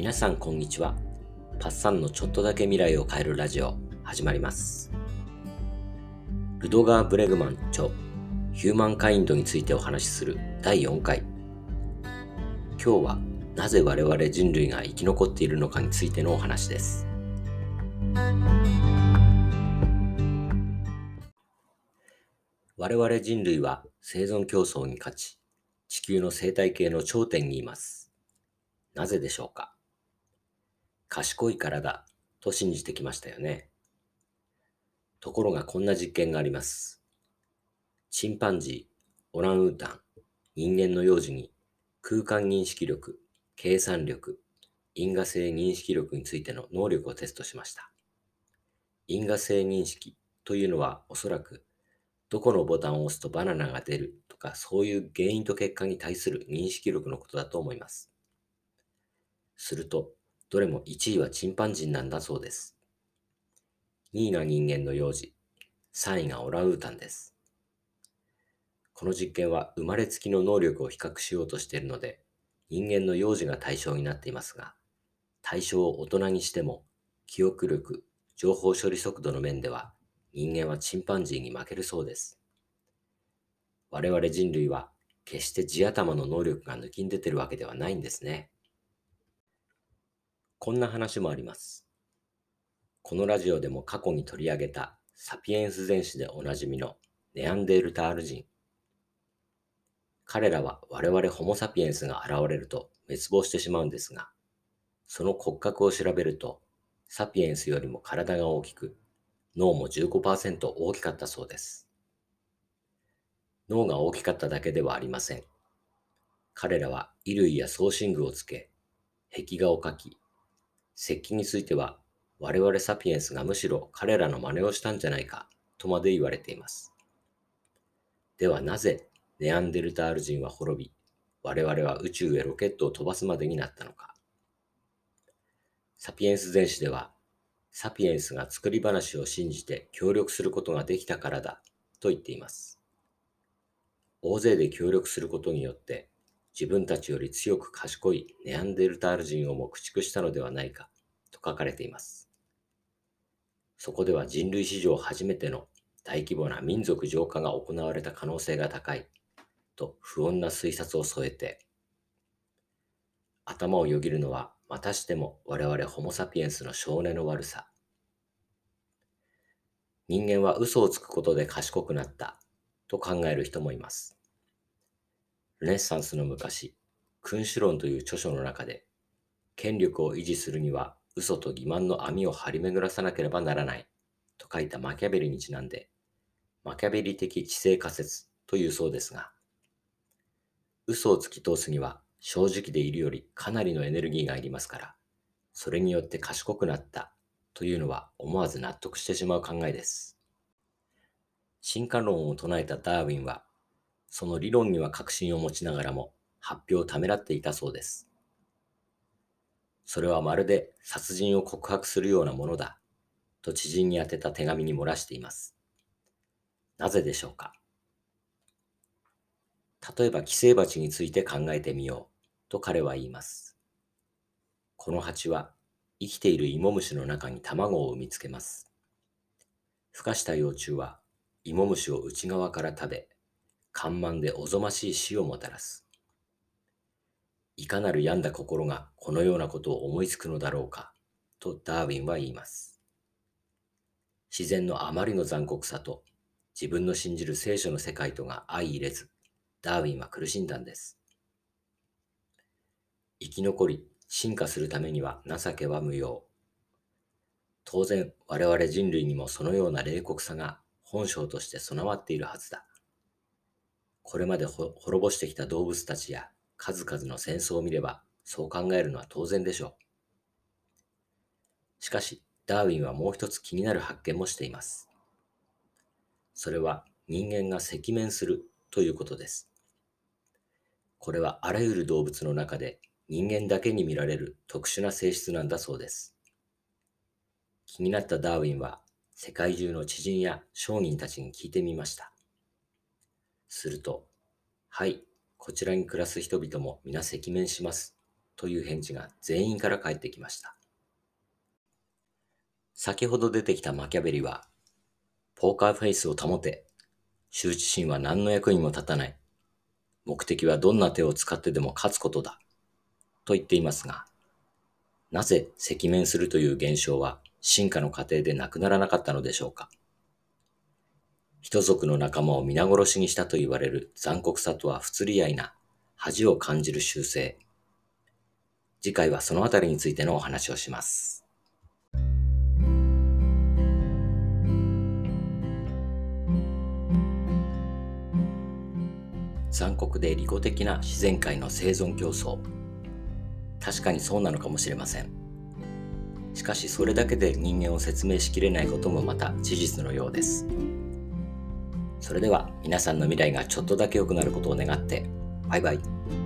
皆さんこんにちは。パッサンのちょっとだけ未来を変えるラジオ始まります。ルドガー・ブレグマン著ヒューマンカインドについてお話しする第4回。今日はなぜ我々人類が生き残っているのかについてのお話です。我々人類は生存競争に勝ち、地球の生態系の頂点にいます。なぜでしょうか。賢いからだと信じてきましたよね。ところがこんな実験があります。チンパンジー、オランウータン、人間の幼児に空間認識力、計算力、因果性認識力についての能力をテストしました。因果性認識というのはおそらくどこのボタンを押すとバナナが出るとかそういう原因と結果に対する認識力のことだと思います。すると、どれも1位はチンパンジーなんだそうです。2位が人間の幼児、3位がオランウータンです。この実験は生まれつきの能力を比較しようとしているので、人間の幼児が対象になっていますが、対象を大人にしても、記憶力、情報処理速度の面では、人間はチンパンジーに負けるそうです。我々人類は、決して地頭の能力が抜きん出てるわけではないんですね。こんな話もあります。このラジオでも過去に取り上げたサピエンス全史でおなじみのネアンデルタール人。彼らは我々ホモサピエンスが現れると滅亡してしまうんですが、その骨格を調べると、サピエンスよりも体が大きく、脳も15%大きかったそうです。脳が大きかっただけではありません。彼らは衣類や装身具をつけ、壁画を描き、石器については我々サピエンスがむしろ彼らの真似をしたんじゃないかとまで言われています。ではなぜネアンデルタール人は滅び、我々は宇宙へロケットを飛ばすまでになったのか。サピエンス全史では、サピエンスが作り話を信じて協力することができたからだと言っています。大勢で協力することによって自分たちより強く賢いネアンデルタール人をも駆逐したのではないかと書かれています。そこでは人類史上初めての大規模な民族浄化が行われた可能性が高いと不穏な推察を添えて、頭をよぎるのはまたしても我々ホモサピエンスの性根の悪さ。人間は嘘をつくことで賢くなったと考える人もいます。ルネッサンスの昔、君主論という著書の中で、権力を維持するには嘘と欺瞞の網を張り巡らさなければならないと書いたマキャベリにちなんで、マキャベリ的知性仮説というそうですが、嘘を突き通すには正直でいるよりかなりのエネルギーがいりますから、それによって賢くなったというのは思わず納得してしまう考えです。進化論を唱えたダーウィンは、その理論には確信を持ちながらも発表をためらっていたそうです。それはまるで殺人を告白するようなものだと知人に宛てた手紙に漏らしています。なぜでしょうか。例えば寄生蜂について考えてみようと彼は言います。この蜂は生きている芋虫の中に卵を産みつけます。孵化した幼虫は芋虫を内側から食べ、緩慢でおぞましい死をもたらす。いかなる病んだ心がこのようなことを思いつくのだろうか、とダーウィンは言います。自然のあまりの残酷さと自分の信じる聖書の世界とが相入れず、ダーウィンは苦しんだんです。生き残り、進化するためには情けは無用。当然、我々人類にもそのような冷酷さが本性として備わっているはずだ。これまで滅ぼしてきた動物たちや数々の戦争を見れば、そう考えるのは当然でしょう。しかし、ダーウィンはもう一つ気になる発見もしています。それは人間が赤面するということです。これはあらゆる動物の中で人間だけに見られる特殊な性質なんだそうです。気になったダーウィンは世界中の知人や商人たちに聞いてみました。すると、はい、こちらに暮らす人々も皆赤面しますという返事が全員から返ってきました。先ほど出てきたマキャベリは、ポーカーフェイスを保て、羞恥心は何の役にも立たない、目的はどんな手を使ってでも勝つことだ、と言っていますが、なぜ赤面するという現象は進化の過程でなくならなかったのでしょうか。人族の仲間を皆殺しにしたと言われる残酷さとは不釣り合いな恥を感じる習性。次回はそのあたりについてのお話をします。残酷で利己的な自然界の生存競争。確かにそうなのかもしれません。しかしそれだけで人間を説明しきれないこともまた事実のようです。それでは皆さんの未来がちょっとだけ良くなることを願って、バイバイ。